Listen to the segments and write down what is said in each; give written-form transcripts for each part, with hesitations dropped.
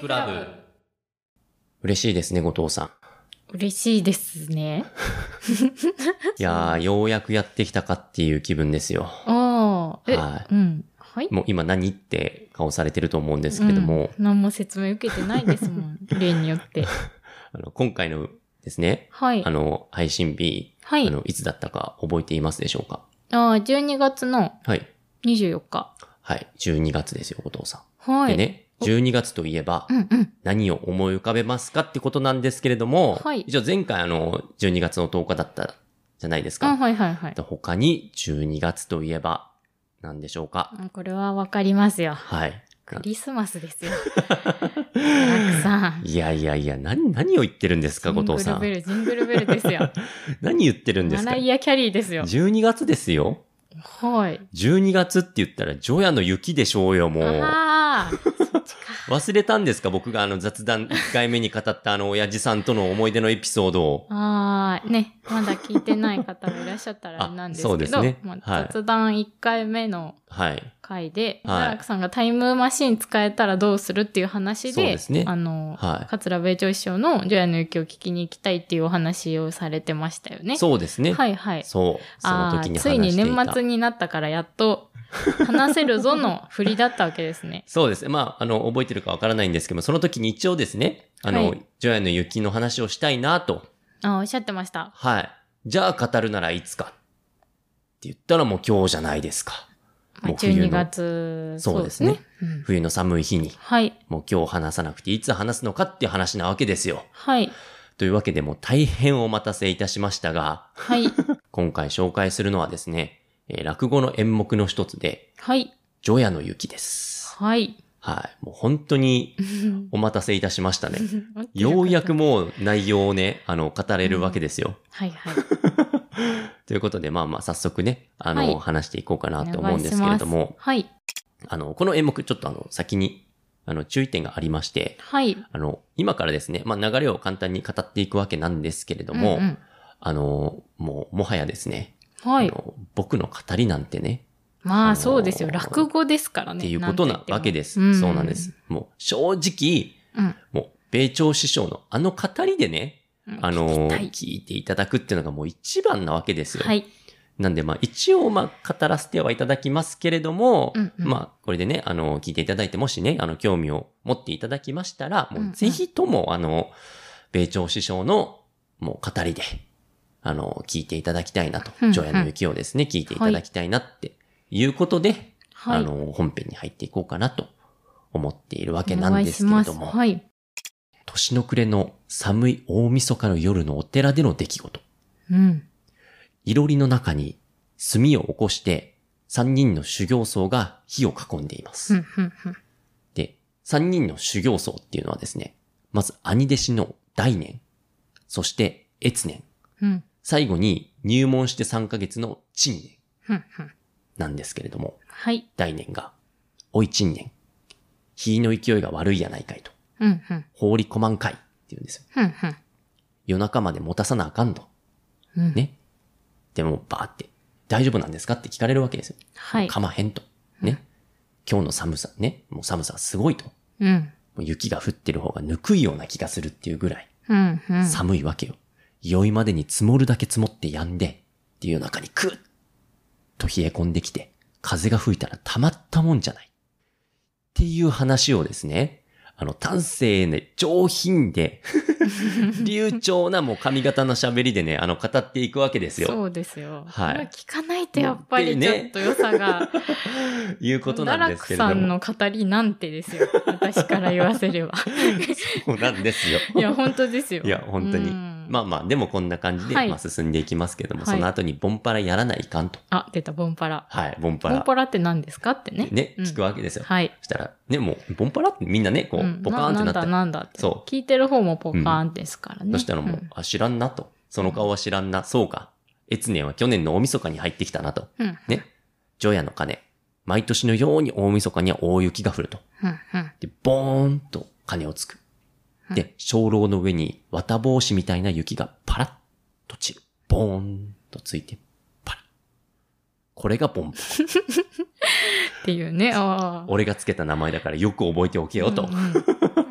クラブ。嬉しいですね、後藤さん。 嬉しいですね。 いやー、ようやくやってきたかっていう気分ですよ。 ああ、 はい。 うん。はい。 もう今何って顔されてると思うんですけれども。 何も説明受けてないですもん。例によって。 今回のですね。 はい。 配信日。 はい。 いつだったか覚えていますでしょうか？ 12月の24日。 はい。12月ですよ、後藤さん。 はい。 でね、12月といえば、何を思い浮かべますかってことなんですけれども、はい、一応前回12月の10日だったじゃないですか。 はいはいはい。 他に12月といえば何でしょうか？ これはわかりますよ。 はい。 クリスマスですよ。ラクさん。 いやいやいや、何を言ってるんですか、後藤さん。 ジングルベルですよ。 何言ってるんですか？ マライア・キャリーですよ。 12月ですよ。 はい。 12月って言ったら、除夜の雪でしょうよ、もう。 ああ、そっちか。 忘れたんですか？僕が雑談1回目に語った親父さんとの思い出のエピソードを。 ああ、ね。まだ聞いてない方もいらっしゃったらなんですけど。そうですね。雑談1回目の回で、ラクさんがタイムマシン使えたらどうするっていう話で、そうですね。桂米朝師匠の除夜の雪を聞きに行きたいっていうお話をされてましたよね。 そうですね。 はいはい。 そう。その時に話していた。 ついに年末になったからやっと話せるぞの振りだったわけですね。 そうです。まあ、覚えてるかわからないんですけども、その時に一応ですね、除夜の雪の話をしたいなと。 おっしゃってました。 はい。じゃあ語るならいつか。って言ったらもう今日じゃないですか。 もう12月。 そうですね。冬の寒い日に。 はい。 もう今日話さなくていつ話すのかっていう話なわけですよ。 はい。 というわけでもう大変お待たせいたしましたが。 はい。 今回紹介するのはですね、落語の演目の一つで。 はい。 除夜の雪です。 はい。 はい。もう本当にお待たせいたしましたね。ようやくもう内容をね、語れるわけですよ。 はいはい。 ということで、まあまあ早速ね、話していこうかなと思うんですけれども。 はい。 この演目ちょっと先に、注意点がありまして。 はい。 今からですね、まあ流れを簡単に語っていくわけなんですけれども、もはやですね、 はい。 僕の語りなんてね、 まあそうですよ。落語ですからね。 っていうことなわけです。そうなんです。もう正直、もう米朝師匠の語りでね、聞いていただくっていうのがもう一番なわけですよ。 はい。 なんでまあ一応語らせてはいただきますけれども、まあこれでね、聞いていただいてもしね、興味を持っていただきましたら、もうぜひとも米朝師匠のもう語りで、聞いていただきたいなと。除夜の雪をですね、聞いていただきたいなっていうことで、はい、本編に入っていこうかなと思っているわけなんですけれども、 はい、 年の暮れの寒い大晦日の夜のお寺での出来事。いろりの中に炭を起こして3人の修行僧が火を囲んでいます。で、3人の修行僧っていうのはですね、まず兄弟子の大年、そして越年、最後に入門して3ヶ月の陳年なんですけれども、 はい、 大年が、おい陳年、火の勢いが悪いやないかいと、放り込まんかいって言うんですよ。夜中まで持たさなあかんと。ね。でもバーって大丈夫なんですかって聞かれるわけですよ。 はい。 かまへんと。ね。今日の寒さね、もう寒さすごいと。もう雪が降ってる方がぬくいような気がするっていうぐらい、寒いわけよ。酔いまでに積もるだけ積もってやんで、っていう中にクッと冷え込んできて、風が吹いたらたまったもんじゃない。っていう話をですね、端正で上品で、流暢なもう髪型の喋りでね、語っていくわけですよ。 そうですよ。 はい。 聞かないとやっぱりちょっと良さが。 いうことなんですけれども。 ダラクさんの語りなんてですよ。私から言わせれば。 そうなんですよ。 いや、本当ですよ。 いや、本当に。まあまあ、でもこんな感じで、まあ進んでいきますけども、その後にボンパラやらないかんと。 あ、出た、ボンパラ。 はい、ボンパラ。 ボンパラって何ですかってね。 ね、聞くわけですよ。 はい。 そしたら、ね、もう、ボンパラってみんなね、こう、ポカーンってなって。 なんだって。 そう。 聞いてる方もポカーンですからね。 そしたらもう、知らんなと。その顔は知らんな。そうか。越年は去年の大晦日に入ってきたなと。ね。除夜の鐘。毎年のように大晦日には大雪が降ると。で、ボーンと鐘をつく。で、鐘楼の上に綿帽子みたいな雪がパラッと散る。ボーンとついて、パラッ。これがボンパラ。 っていうね。 俺がつけた名前だからよく覚えておけよと。 ここ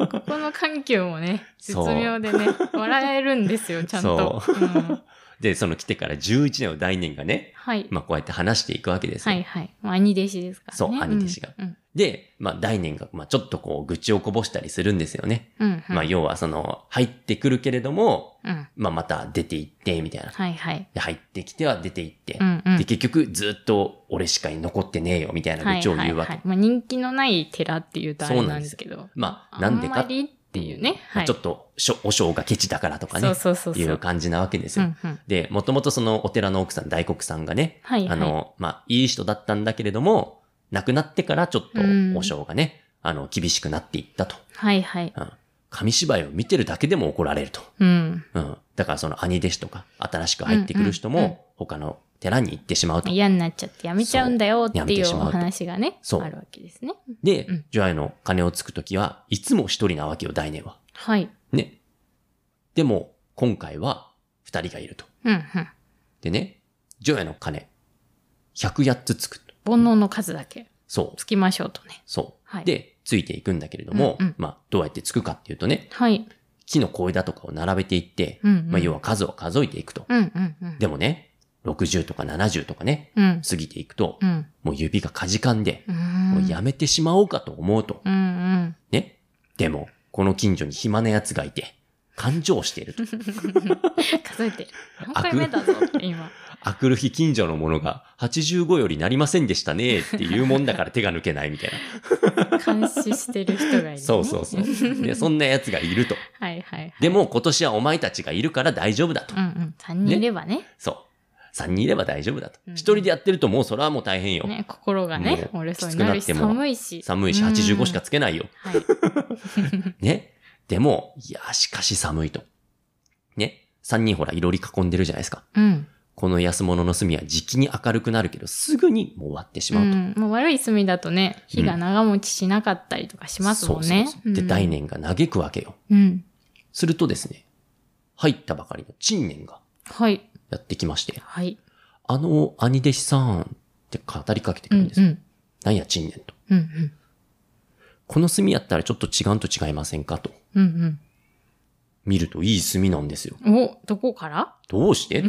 の緩急もね、絶妙でね、笑えるんですよ、ちゃんと。そう。 で、その来てから11年の大年がね、はい。まあこうやって話していくわけですよ。 はいはい。兄弟子ですからね。 そう、兄弟子が。で、まあ大年が、まあちょっとこう愚痴をこぼしたりするんですよね。まあ要は入ってくるけれども、まあまた出て行って、みたいな。はいはい。で、入ってきては出て行って。で、結局ずっと俺しか残ってねえよ、みたいな愚痴を言うわけ。 まあ人気のない寺っていうとあれなんですけど。 まあなんでか。 っていうね。 ちょっと、お正がケチだからとかね。いう感じなわけですよ。で、もともとそのお寺の奥さん、大黒さんがね、まあ、いい人だったんだけれども、亡くなってからちょっとお正がね、厳しくなっていったと。はいはい。紙芝居を見てるだけでも怒られると。だからその兄弟子とか、新しく入ってくる人も、他の寺に行ってしまうと。 嫌になっちゃってやめちゃうんだよっていうお話がね、あるわけですね。 で、除夜の鐘をつくときはいつも一人なわけよ、大年は。はい。ね。でも、今回は二人がいると。でね、除夜の鐘、108つつく。 煩悩の数だけ。そう。つきましょうとね。 そう。はい。で、ついていくんだけれども、まあ、どうやってつくかっていうとね、はい。木の小枝とかを並べていって、まあ、要は数を数えていくと。でもね、60とか70とかね、過ぎていくと、もう指がかじかんで、もうやめてしまおうかと思うと。ね。でも、この近所に暇な奴がいて、感情していると。 数えてる。何回目だぞって今。 あくる日近所の者が85よりなりませんでしたねっていうもんだから手が抜けないみたいな。監視してる人がいる、ね。 そうそうそう。で、そんな奴がいると。はいはい、はい。でも今年はお前たちがいるから大丈夫だと。 3人いればね。 そう。3人いれば大丈夫だと。1人でやってるともうそれはもう大変よ。 ね、心がね、折れそうになるし、寒いし。 寒いし、85しかつけないよ。はい。ね。でも、いや、しかし寒いと。ね。3人ほら、いろり囲んでるじゃないですか。この安物の炭は時期に明るくなるけど、すぐにもう終わってしまうと。 もう悪い炭だとね、火が長持ちしなかったりとかしますもんね。 そう。で、大年が嘆くわけよ。するとですね、入ったばかりの陳年が。はい。やってきまして。はい。兄弟子さんって語りかけてくるんですよ。何や、陳年と。この炭やったらちょっと違うと違いませんかと。見るといい炭なんですよ。 お、どこからどうしてって。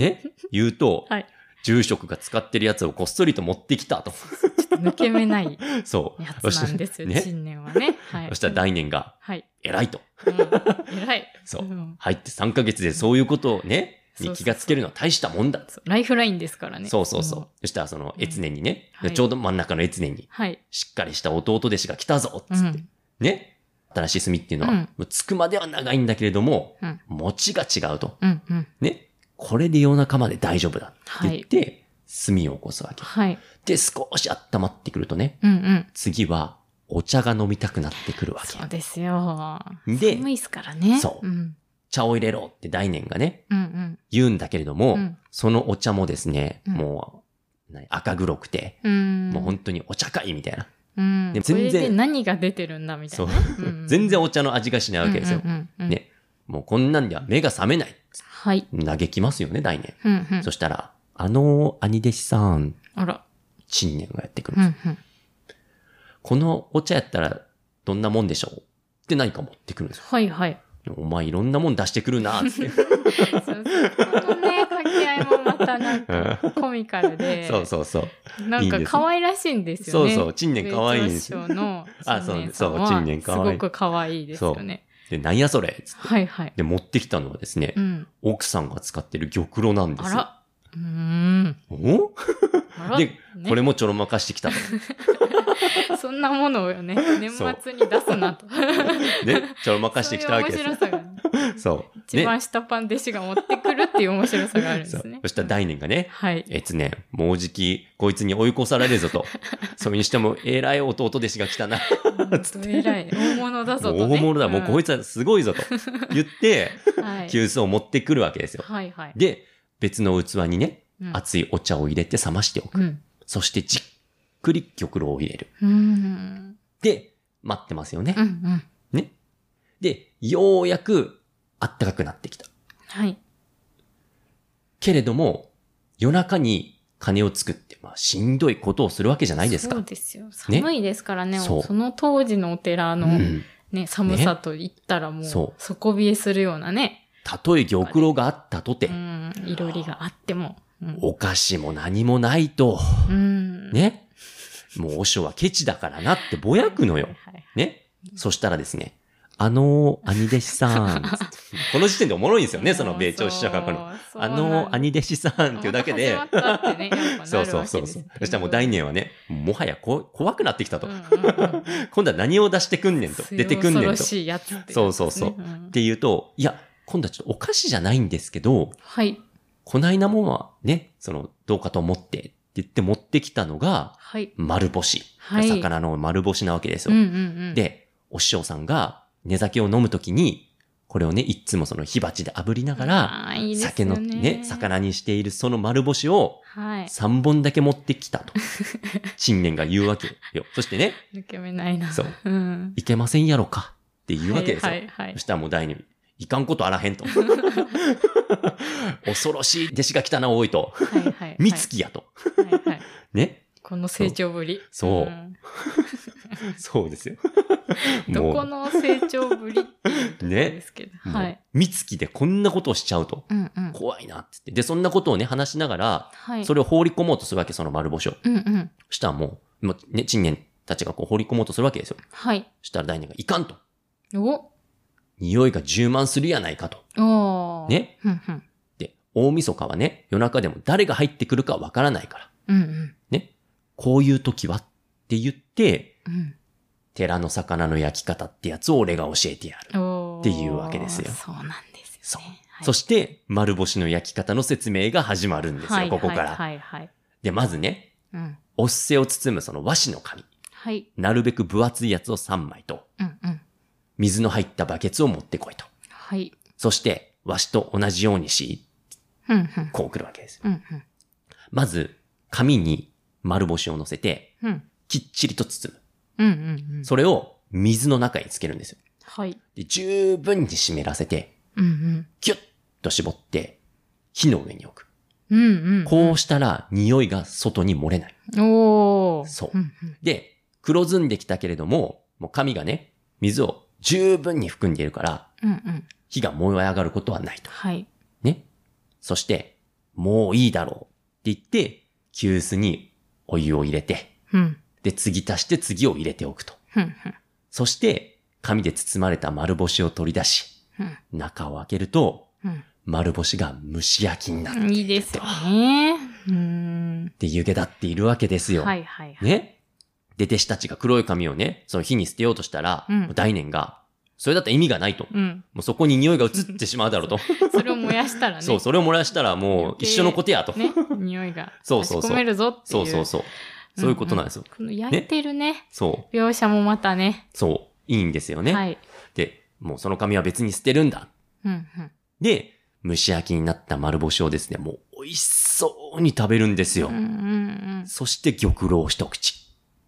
ね。言うと、はい。住職が使ってるやつをこっそりと持ってきたと。ちょっと抜け目ない。 そう。 やつなんですよ、ね、新年はね。 はい。そしたら大年が、はい。偉いと。 偉い。 そう。入って3ヶ月でそういうことをね、に気がつけるのは大したもんだ。 ライフラインですからね。 そうそうそう。そしたらその越年にね、ちょうど真ん中の越年に、はい。しっかりした弟弟子が来たぞっつって。ね。新しい炭っていうのは、つくまでは長いんだけれども、持ちが違うと。ね。これで夜中まで大丈夫だって言って、炭を起こすわけ。はい。で、少し温まってくるとね、次はお茶が飲みたくなってくるわけ。 そうですよ。で、寒いですからね。 そう。茶を入れろって大年がね、言うんだけれども、そのお茶もですね、もう、赤黒くて、もう本当にお茶会みたいな。 で全然。それで何が出てるんだみたいな、ね。 そう。全然お茶の味がしないわけですよ。ね。もうこんなんでは目が覚めない。はい。嘆きますよね、大年。そしたら、兄弟子さん。あら。陳年がやってくるんです。このお茶やったらどんなもんでしょうって何か持ってくるんですよ。 はいはい。 お前いろんなもん出してくるなーって。 そうこのね、掛け合いもまたなんかコミカルで。 そうそうそう。 なんか可愛らしいんですよね。 そうそう、陳年可愛いんですよ。 のそう、陳年可愛い。 すごく可愛いですよね。 で、なんやそれつって。 はいはい。 で、持ってきたのはですね、奥さんが使ってる玉露なんですよ。あら。おで、これもちょろまかしてきた。 そんなものをね、年末に出すなと。 ね、ちょろまかしてきたわけです。 そういう面白さが、そう。一番下パン弟子が持ってくるっていう面白さがあるんですね。 そしたら大年がね、はい。越年、もうじき、こいつに追い越されるぞと。それにしても、偉い弟弟子が来たな。 偉い。大物だぞと、 大物だ。もうこいつはすごいぞと。言って、急須を持ってくるわけですよ。はいはい。で、別の器にね、熱いお茶を入れて冷ましておく。そしてじっくり玉露を入れる。で、待ってますよね。ね。で、ようやく暖かくなってきた。はい。けれども、夜中に鐘を作って、まあ、しんどいことをするわけじゃないですか。 そうですよ。寒いですからね。その当時のお寺のね、寒さと言ったらもう、底冷えするようなね。 たとえ玉露があったとて。 いろりがあっても。 お菓子も何もないと。ね。もう、お師匠はケチだからなってぼやくのよ。ね。そしたらですね、兄弟子さん。この時点でおもろいんですよね、その米朝師匠がこの。兄弟子さんっていうだけで。そう。そしたらもう大念はね、もはや怖くなってきたと。今度は何を出してくんねんと。出てくんねんと。 恐ろしいやつって。 そう。って言うと、いや、今度はちょっとお菓子じゃないんですけど、 はい。 こないなもんはね、どうかと思ってって言って持ってきたのが、 はい。 丸干し。はい。魚の丸干しなわけですよ。で、お師匠さんが寝酒を飲むときに、これをね、いつもその火鉢で炙りながら、酒のね、魚にしているその丸干しを、3本だけ持ってきたと。新年が言うわけよ。そしてね、 抜け目ないな。 そう。いけませんやろかって言うわけですよ。そしたらもう第二、いかんことあらへんと。恐ろしい弟子が来たな、多いと。三月やと。ね。 この成長ぶり。 そう。そうですよ。 どこの成長ぶりっていうところですけど。はい。 三月でこんなことをしちゃうと。怖いなってって。で、そんなことをね、話しながら、それを放り込もうとするわけ、その丸干しを。そしたらもう、ね、陳年たちがこう放り込もうとするわけですよ。はい。そしたら大念がいかんと。 お匂いが充満するやないかと。ね。で、大晦日はね、夜中でも誰が入ってくるかわからないから。ね。こういう時はって言って、寺の魚の焼き方ってやつを俺が教えてやる。っていうわけですよ。 そうなんですよね。 そして、丸干しの焼き方の説明が始まるんですよ、ここから。で、まずね、おっせを包むその和紙の紙。なるべく分厚いやつを3枚と、水の入ったバケツを持ってこいと。そして、和紙と同じようにし、こう来るわけですよ。まず、紙に丸干しを乗せて、きっちりと包む。それを水の中につけるんですよ。で十分に湿らせて、キュッと絞って、火の上に置く。こうしたら匂いが外に漏れない。そう。で、黒ずんできたけれども、もう紙がね、水を十分に含んでいるから、火が燃え上がることはないと。ね。そして、もういいだろうって言って、急須にお湯を入れて、で、次足して次を入れておくと。そして、紙で包まれた丸干しを取り出し、中を開けると、丸干しが蒸し焼きになっていると。 いいですよね。 で、湯気立っているわけですよ。ね。で、弟子たちが黒い紙をね、その火に捨てようとしたら、大念が、それだったら意味がないと。もうそこに匂いが移ってしまうだろうと。 それを燃やしたらね。 そう、それを燃やしたらもう一緒のことやと。 ね、匂いが差し込めるぞっていう。 そういうことなんですよ。 この焼いてるね。そう。描写もまたね。 そう。いいんですよね。で、もうその紙は別に捨てるんだ。で、蒸し焼きになった丸干しをですね、もう美味しそうに食べるんですよ。そして玉露を一口。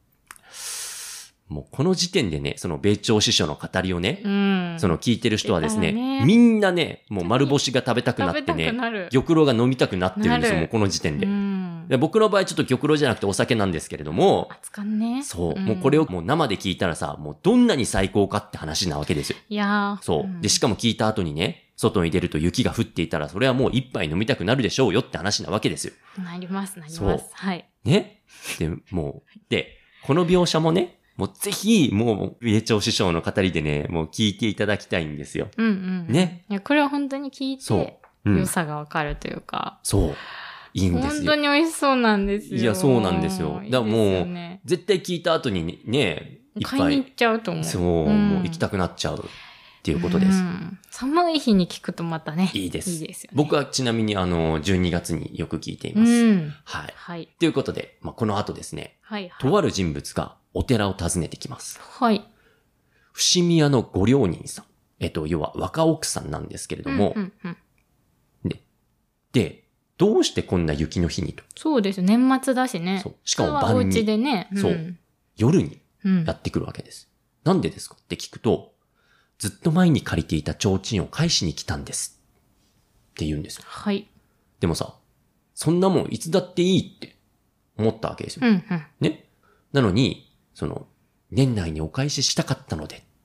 もうこの時点でね、その米朝師匠の語りをね、その聞いてる人はですね、みんなね、もう丸干しが食べたくなってね、玉露が飲みたくなってるんですよ、もうこの時点で。で僕の場合ちょっと玉露じゃなくてお酒なんですけれども、そう、もうこれをもう生で聞いたらさ、もうどんなに最高かって話なわけですよ。 いやー。 そう。で、しかも聞いた後にね、外に出ると雪が降っていたら、それはもう一杯飲みたくなるでしょうよって話なわけですよ。 なります。はい。 ね。で、もう、で、この描写もね、もうぜひ、もう、米朝師匠の語りでね、もう聞いていただきたいんですよ。ね。 いや、これは本当に聞いて、良さがわかるというか。 そう。いいんですよ。 本当に美味しそうなんですよ。 いや、そうなんですよ。だからもう、絶対聞いた後にね、いっぱい。 買いに行っちゃうと思う。 そう、もう行きたくなっちゃうっていうことです。 寒い日に聞くとまたね。 いいです。いいですよね。僕はちなみに12月によく聞いています。はい。ということで、この後ですね、とある人物がお寺を訪ねてきます。伏見屋のご両人さん。要は若奥さんなんですけれども、で、どうしてこんな雪の日にと。 そうです。年末だしね。そう。 しかも晩に。 お家でね。 そう。夜にやってくるわけです。なんでですかって聞くと、ずっと前に借りていた提灯を返しに来たんです。って言うんですよ。 はい。 でもさ、そんなもんいつだっていいって思ったわけですよ。ね。なのに、年内にお返ししたかったので、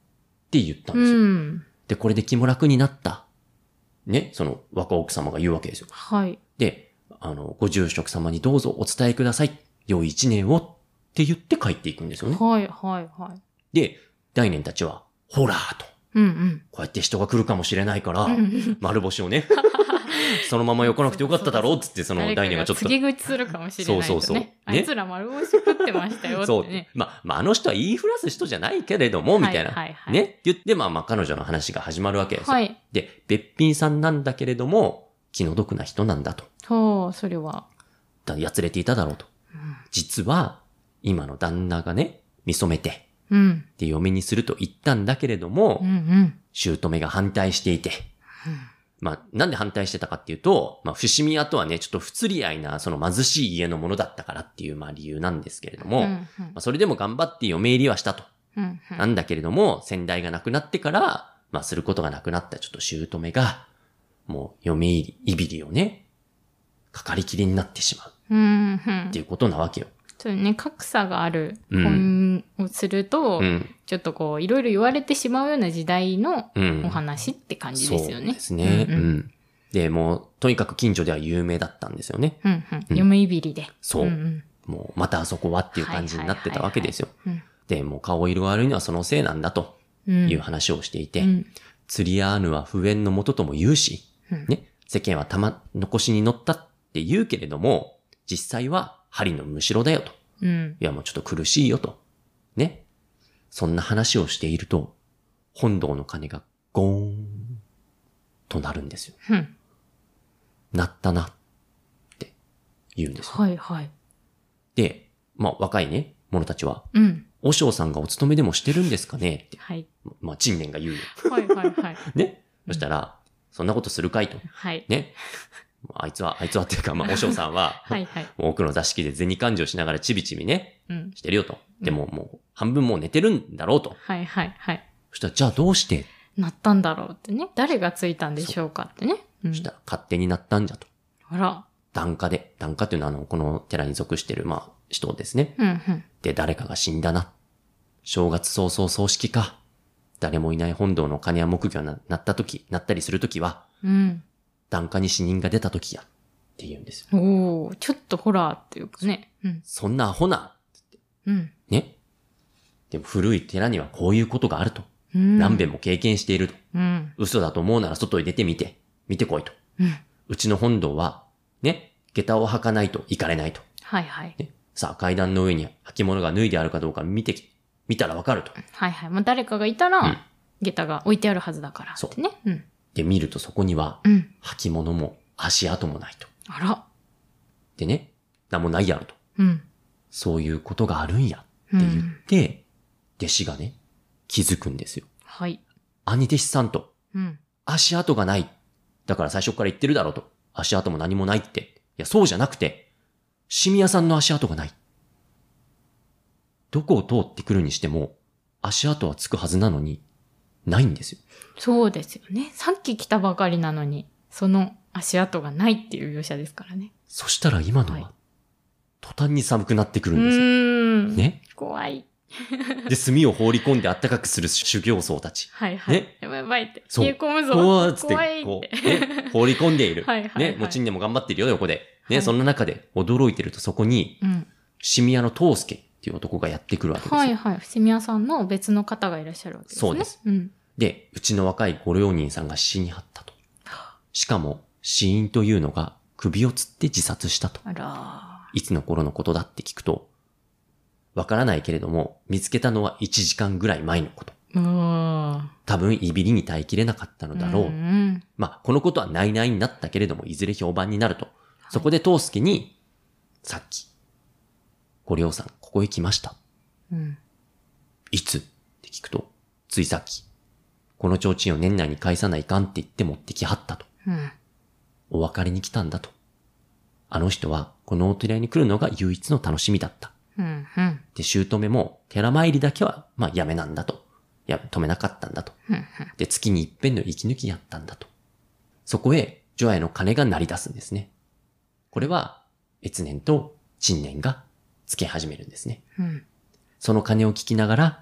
って言ったんですよ。で、これで気も楽になった。ね、その若奥様が言うわけですよ。 はい。 で、ご住職様にどうぞお伝えください。良い一年をって言って帰っていくんですよね。 はい、はい、はい。 で、大年たちは、ほらーと。こうやって人が来るかもしれないから、丸星をね、そのまま横なくてよかっただろうっつって、その大年がちょっと。 告げ口するかもしれない、ね。そうそうそう。ね、あいつら丸星食ってましたよってね。 そう。まあ、あの人は言いふらす人じゃないけれども、みたいな。ね。言って、まあ、彼女の話が始まるわけですよ。はい。で、べっぴんさんなんだけれども、気の毒な人なんだと。 ほう、それは。 やつれていただろうと。実は、今の旦那がね、見初めて、で、嫁にすると言ったんだけれども、姑が反対していて、まあ、なんで反対してたかっていうと、まあ、伏見屋とはね、ちょっと不釣り合いな、その貧しい家のものだったからっていう、まあ、理由なんですけれども、まあ、それでも頑張って嫁入りはしたと。なんだけれども、先代が亡くなってから、まあ、することがなくなったちょっと姑が、もう、嫁入り、いびりをね、かかりきりになってしまう。っていうことなわけよ。 そうね、格差がある婚をすると、ちょっとこう、いろいろ言われてしまうような時代のお話って感じですよね。 そうですね。で、もう、とにかく近所では有名だったんですよね。 嫁いびりで。 そう。もう、またあそこはっていう感じになってたわけですよ。で、もう顔色悪いのはそのせいなんだという話をしていて、釣り合うのは不縁のもととも言うし、ね、世間は残しに乗ったって言うけれども、実際は針のむしろだよと。いやもうちょっと苦しいよと。ね。そんな話をしていると、本堂の鐘がゴーンとなるんですよ。なったなって言うんですよ。 はいはい。 で、まあ若いね、者たちは、和尚さんがお勤めでもしてるんですかねって。はい。まあ陳年が言うよ。 はいはいはい。 ね。そしたら、そんなことするかいと。はい。ね。あいつはっていうか、まあ、お嬢さんは、はいはい。奥の座敷で銭勘定しながらちびちびね、してるよと。でももう、半分もう寝てるんだろうと。 はいはいはい。 そしたら、じゃあどうしてなったんだろうってね。誰がついたんでしょうかってね。 そしたら、勝手になったんじゃと。 あら。 檀家っていうのはこの寺に属してる、まあ、人ですね。で、誰かが死んだな。正月早々葬式か。誰もいない本堂の鐘や木魚になったりするときは、檀家に死人が出た時や。って言うんですよ。 おー、ちょっとホラーっていうかね。 そんなアホな。ね。でも古い寺にはこういうことがあると。何遍も経験していると。嘘だと思うなら外に出て見てこいと。うちの本堂は、ね、下駄を履かないと行かれないと。 はいはい。 ね、さあ階段の上に履物が脱いであるかどうか見たらわかると。 はいはい。まあ、誰かがいたら、下駄が置いてあるはずだからってね。 そう。で、見るとそこには、履物も足跡もないと。 あら。 でね、なんもないやろと。そういうことがあるんやって言って、弟子がね、気づくんですよ。 はい。 兄弟子さんと、足跡がない。だから最初から言ってるだろうと。足跡も何もないって。いや、そうじゃなくて、シミヤさんの足跡がない。どこを通ってくるにしても、足跡はつくはずなのに、ないんですよ。 そうですよね。さっき来たばかりなのに、その足跡がないっていう描写ですからね。 そしたら今のは、途端に寒くなってくるんですよ。ね。 怖い。 で、炭を放り込んで暖かくする修行僧たち。 はいはい。ね。やばいって。 冷え込むぞ。 怖いって。こう、ね、放り込んでいる。はいはいはい。ね。もちんでも頑張ってるよ、横で。ね。そんな中で驚いてるとそこに、シミヤの東助っていう男がやってくるわけですよ。 はいはい。シミヤさんの別の方がいらっしゃるわけですね。 そうです。で、うちの若いご両人さんが死にはったと。しかも、死因というのが首を吊って自殺したと。 あら。 いつの頃のことだって聞くと、わからないけれども、見つけたのは1時間ぐらい前のこと。多分、いびりに耐えきれなかったのだろう。まあ、このことはないないになったけれども、いずれ評判になると。そこで東助に、さっき、ご両さん、ここへ来ました。いつって聞くと、ついさっき、この提灯を年内に返さないかんって言って持ってきはったと。お別れに来たんだと。あの人は、このお寺に来るのが唯一の楽しみだった。で、姑も、寺参りだけは、まあ、やめなんだと。止めなかったんだと。で、月に一遍の息抜きやったんだと。そこへ、除夜の鐘が鳴り出すんですね。これは、越年と陳年がつけ始めるんですね。その鐘を聞きながら、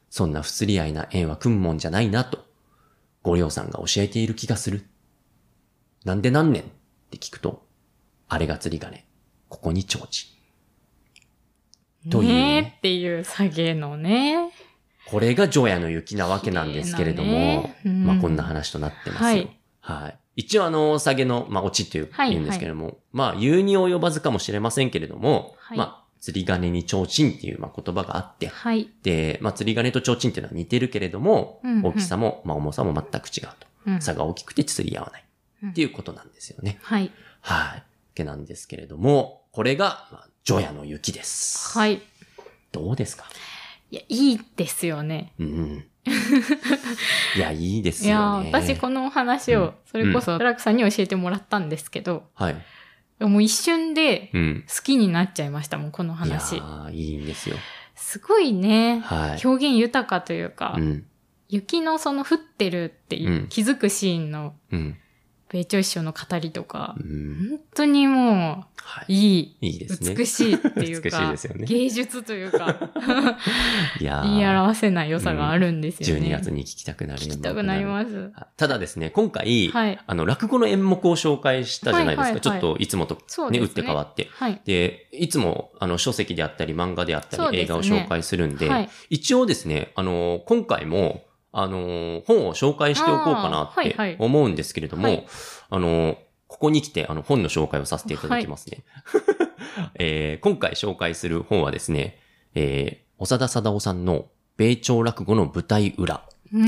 そんな不釣り合いな縁は組むもんじゃないなと、ご両さんが教えている気がする。なんでなんねんって聞くと、あれが釣り鐘、ここに提灯。 というね。っていう下げのね。 これが除夜の雪なわけなんですけれども、まあこんな話となってますよ。はい。一応下げの、まあオチという言うんですけれども、まあ言うに及ばずかもしれませんけれども、まあ釣り鐘に提灯っていうまあ言葉があって、で、まあ釣り鐘と提灯っていうのは似てるけれども、大きさも、まあ重さも全く違うと。差が大きくて釣り合わない。っていうことなんですよね。はい。はい。けなんですけれども、これが、まあ、除夜の雪です。はい。どうですか？ いや、いいですよね。 うん。いや、いいですよね。 いや、私この話を、それこそ、トラックさんに教えてもらったんですけど、はい。もう一瞬で、好きになっちゃいましたもん、この話。 いや、いいんですよ。 すごいね、はい。表現豊かというか、雪のその降ってるっていう、気づくシーンの、米朝師匠の語りとか、本当にもう、いいですね。美しいっていうか、美しいですよね。芸術というか、言い表せない良さがあるんですよね。 12月に聞きたくなる。 聞きたくなります。 ただですね、今回、落語の演目を紹介したじゃないですか。ちょっといつもとね、打って変わって。で、いつも、書籍であったり、漫画であったり、映画を紹介するんで、一応ですね、今回も、本を紹介しておこうかなって思うんですけれども、ここに来て、本の紹介をさせていただきますね。今回紹介する本はですね、長田貞夫さんの米朝落語の舞台裏です。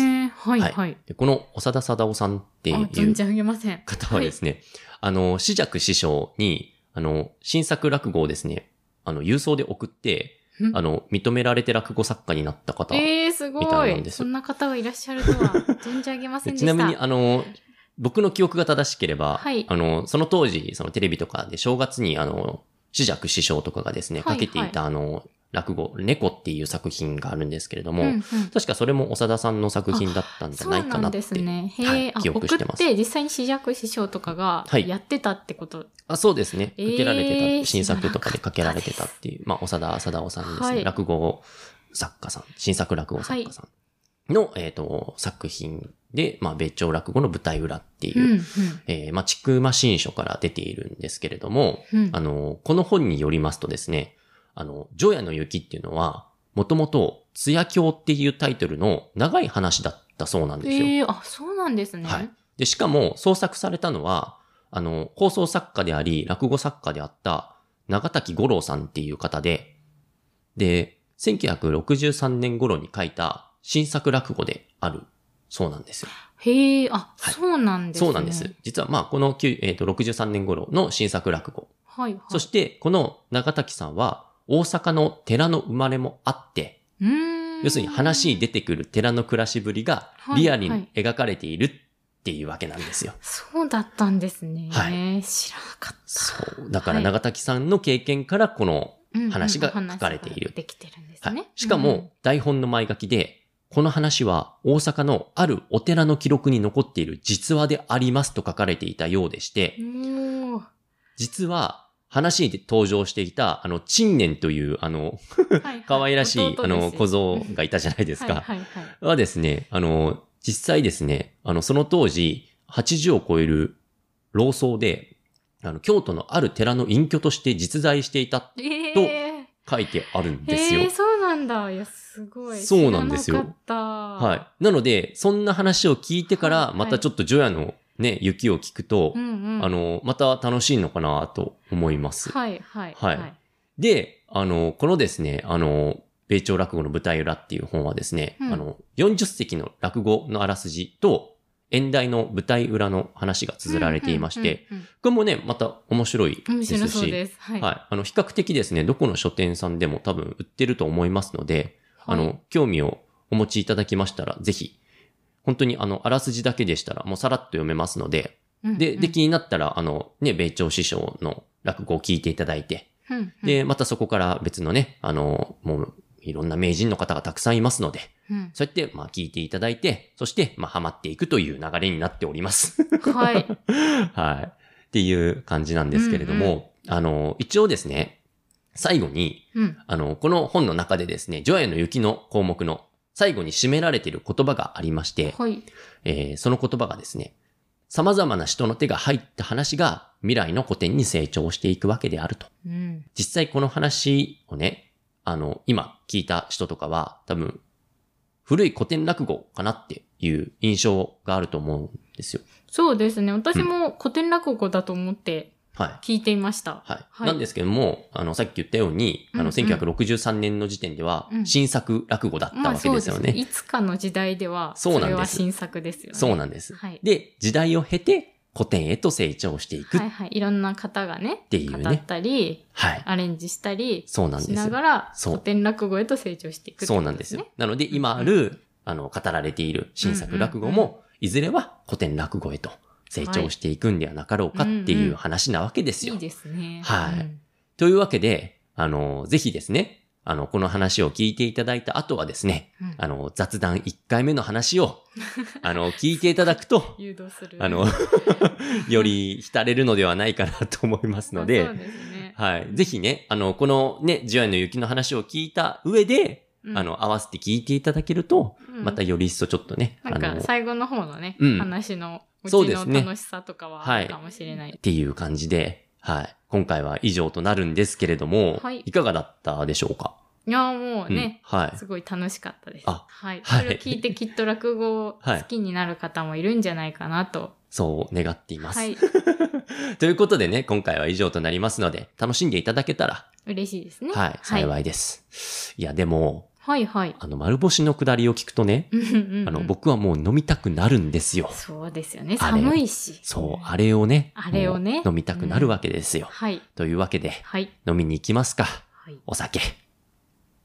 でこの長田貞夫さんっていう方はですね、紫尺師匠に、新作落語をですね、郵送で送って、認められて落語作家になった方みたいなんです。 すごい。そんな方がいらっしゃるとは存じ上げませんでした。 ちなみに僕の記憶が正しければ、その当時、そのテレビとかで正月に紫尺師匠とかがですね、かけていた落語、猫っていう作品があるんですけれども、確かそれも長田さんの作品だったんじゃないかなって、 そうなんですね。記憶してます。送って実際に紫尺師匠とかがやってたってこと、 そうですね。かけられてた、新作とかでかけられてたっていう、まあ、長田貞夫さんですね。落語作家さん、新作落語作家さんの、作品で、まあ、米朝落語の舞台裏っていう、まあ、千曲新書から出ているんですけれども、この本によりますとですね、除夜の雪っていうのは、もともと、津屋峡っていうタイトルの長い話だったそうなんですよ。 そうなんですね。 はい。で、しかも、創作されたのは、放送作家であり、落語作家であった、長滝五郎さんっていう方で、で、1963年頃に書いた新作落語であるそうなんですよ。 へえ、そうなんですね。 そうなんです。実はまあ、この、63年頃の新作落語。そして、この長滝さんは、大阪の寺の生まれもあって、要するに話に出てくる寺の暮らしぶりがリアルに描かれているっていうわけなんですよ。 そうだったんですね。知らなかった。 そう。だから長滝さんの経験からこの話が書かれている。 できてるんですね。 しかも台本の前書きで、この話は大阪のあるお寺の記録に残っている実話でありますと書かれていたようでして、実は話に登場していた、陳年という、可愛らしい、小僧がいたじゃないですか。はですね、実際ですね、その当時、80を超える老僧で、京都のある寺の隠居として実在していた、と書いてあるんですよ。 そうなんだ。いや、すごい。 そうなんですよ。 知らなかった。 はい。なので、そんな話を聞いてから、またちょっと除夜のね、雪を聞くと、また楽しいのかなと思います。で、このですね、米朝落語の舞台裏っていう本はですね、40席の落語のあらすじと、演題の舞台裏の話が綴られていまして、これもね、また面白いですし、比較的ですね、どこの書店さんでも多分売ってると思いますので、興味をお持ちいただきましたら、ぜひ、本当にあらすじだけでしたら、もうさらっと読めますので、で、気になったら、ね、米朝師匠の落語を聞いていただいて、で、またそこから別のね、もう、いろんな名人の方がたくさんいますので、そうやって、まあ、聞いていただいて、そして、まあ、ハマっていくという流れになっております。 はい。 はい。っていう感じなんですけれども、一応ですね、 最後に、この本の中でですね、除夜の雪の項目の最後に締められている言葉がありまして、はい、その言葉がですね、様々な人の手が入った話が未来の古典に成長していくわけであると。実際この話をね、今聞いた人とかは多分、古い古典落語かなっていう印象があると思うんですよ。 そうですね。私も古典落語だと思って聞いていました。 はい。はい、なんですけども、さっき言ったように、1963年の時点では、新作落語だったわけですよね。 そうです。いつかの時代では、それは新作ですよね。 そうなんです。はい、で、時代を経て、古典へと成長していく。 はいはい。いろんな方がね、っていうね、語ったり、はい、アレンジしたり、 そうなんです。 しながら、古典落語へと成長していく、ね。 そうなんですよ。なので、今ある、語られている新作落語も、いずれは古典落語へと成長していくんではなかろうかっていう話なわけですよ。 いいですね。 はい。というわけで、ぜひですね、この話を聞いていただいた後はですね、雑談1回目の話を、聞いていただくと、 誘導する。 より浸れるのではないかなと思いますので、 そうですね。 はい。ぜひね、このね、除夜の雪の話を聞いた上で、合わせて聞いていただけると、またより一層ちょっとね、 なんか最後の方のね、話のうちの楽しさとかはあるかもしれない。 っていう感じで、はい。今回は以上となるんですけれども、はい、いかがだったでしょうか？ いや、もうね、はい、すごい楽しかったです。はい。それを聞いてきっと落語好きになる方もいるんじゃないかなと。 そう願っています。はい。ということでね、今回は以上となりますので、楽しんでいただけたら。 嬉しいですね。 はい。幸いです。いや、でも、 はいはい。 丸干しのくだりを聞くとね、僕はもう飲みたくなるんですよ。 そうですよね。寒いし。 そう、あれをね、 飲みたくなるわけですよ。はい。というわけで、はい。飲みに行きますか。はい。お酒。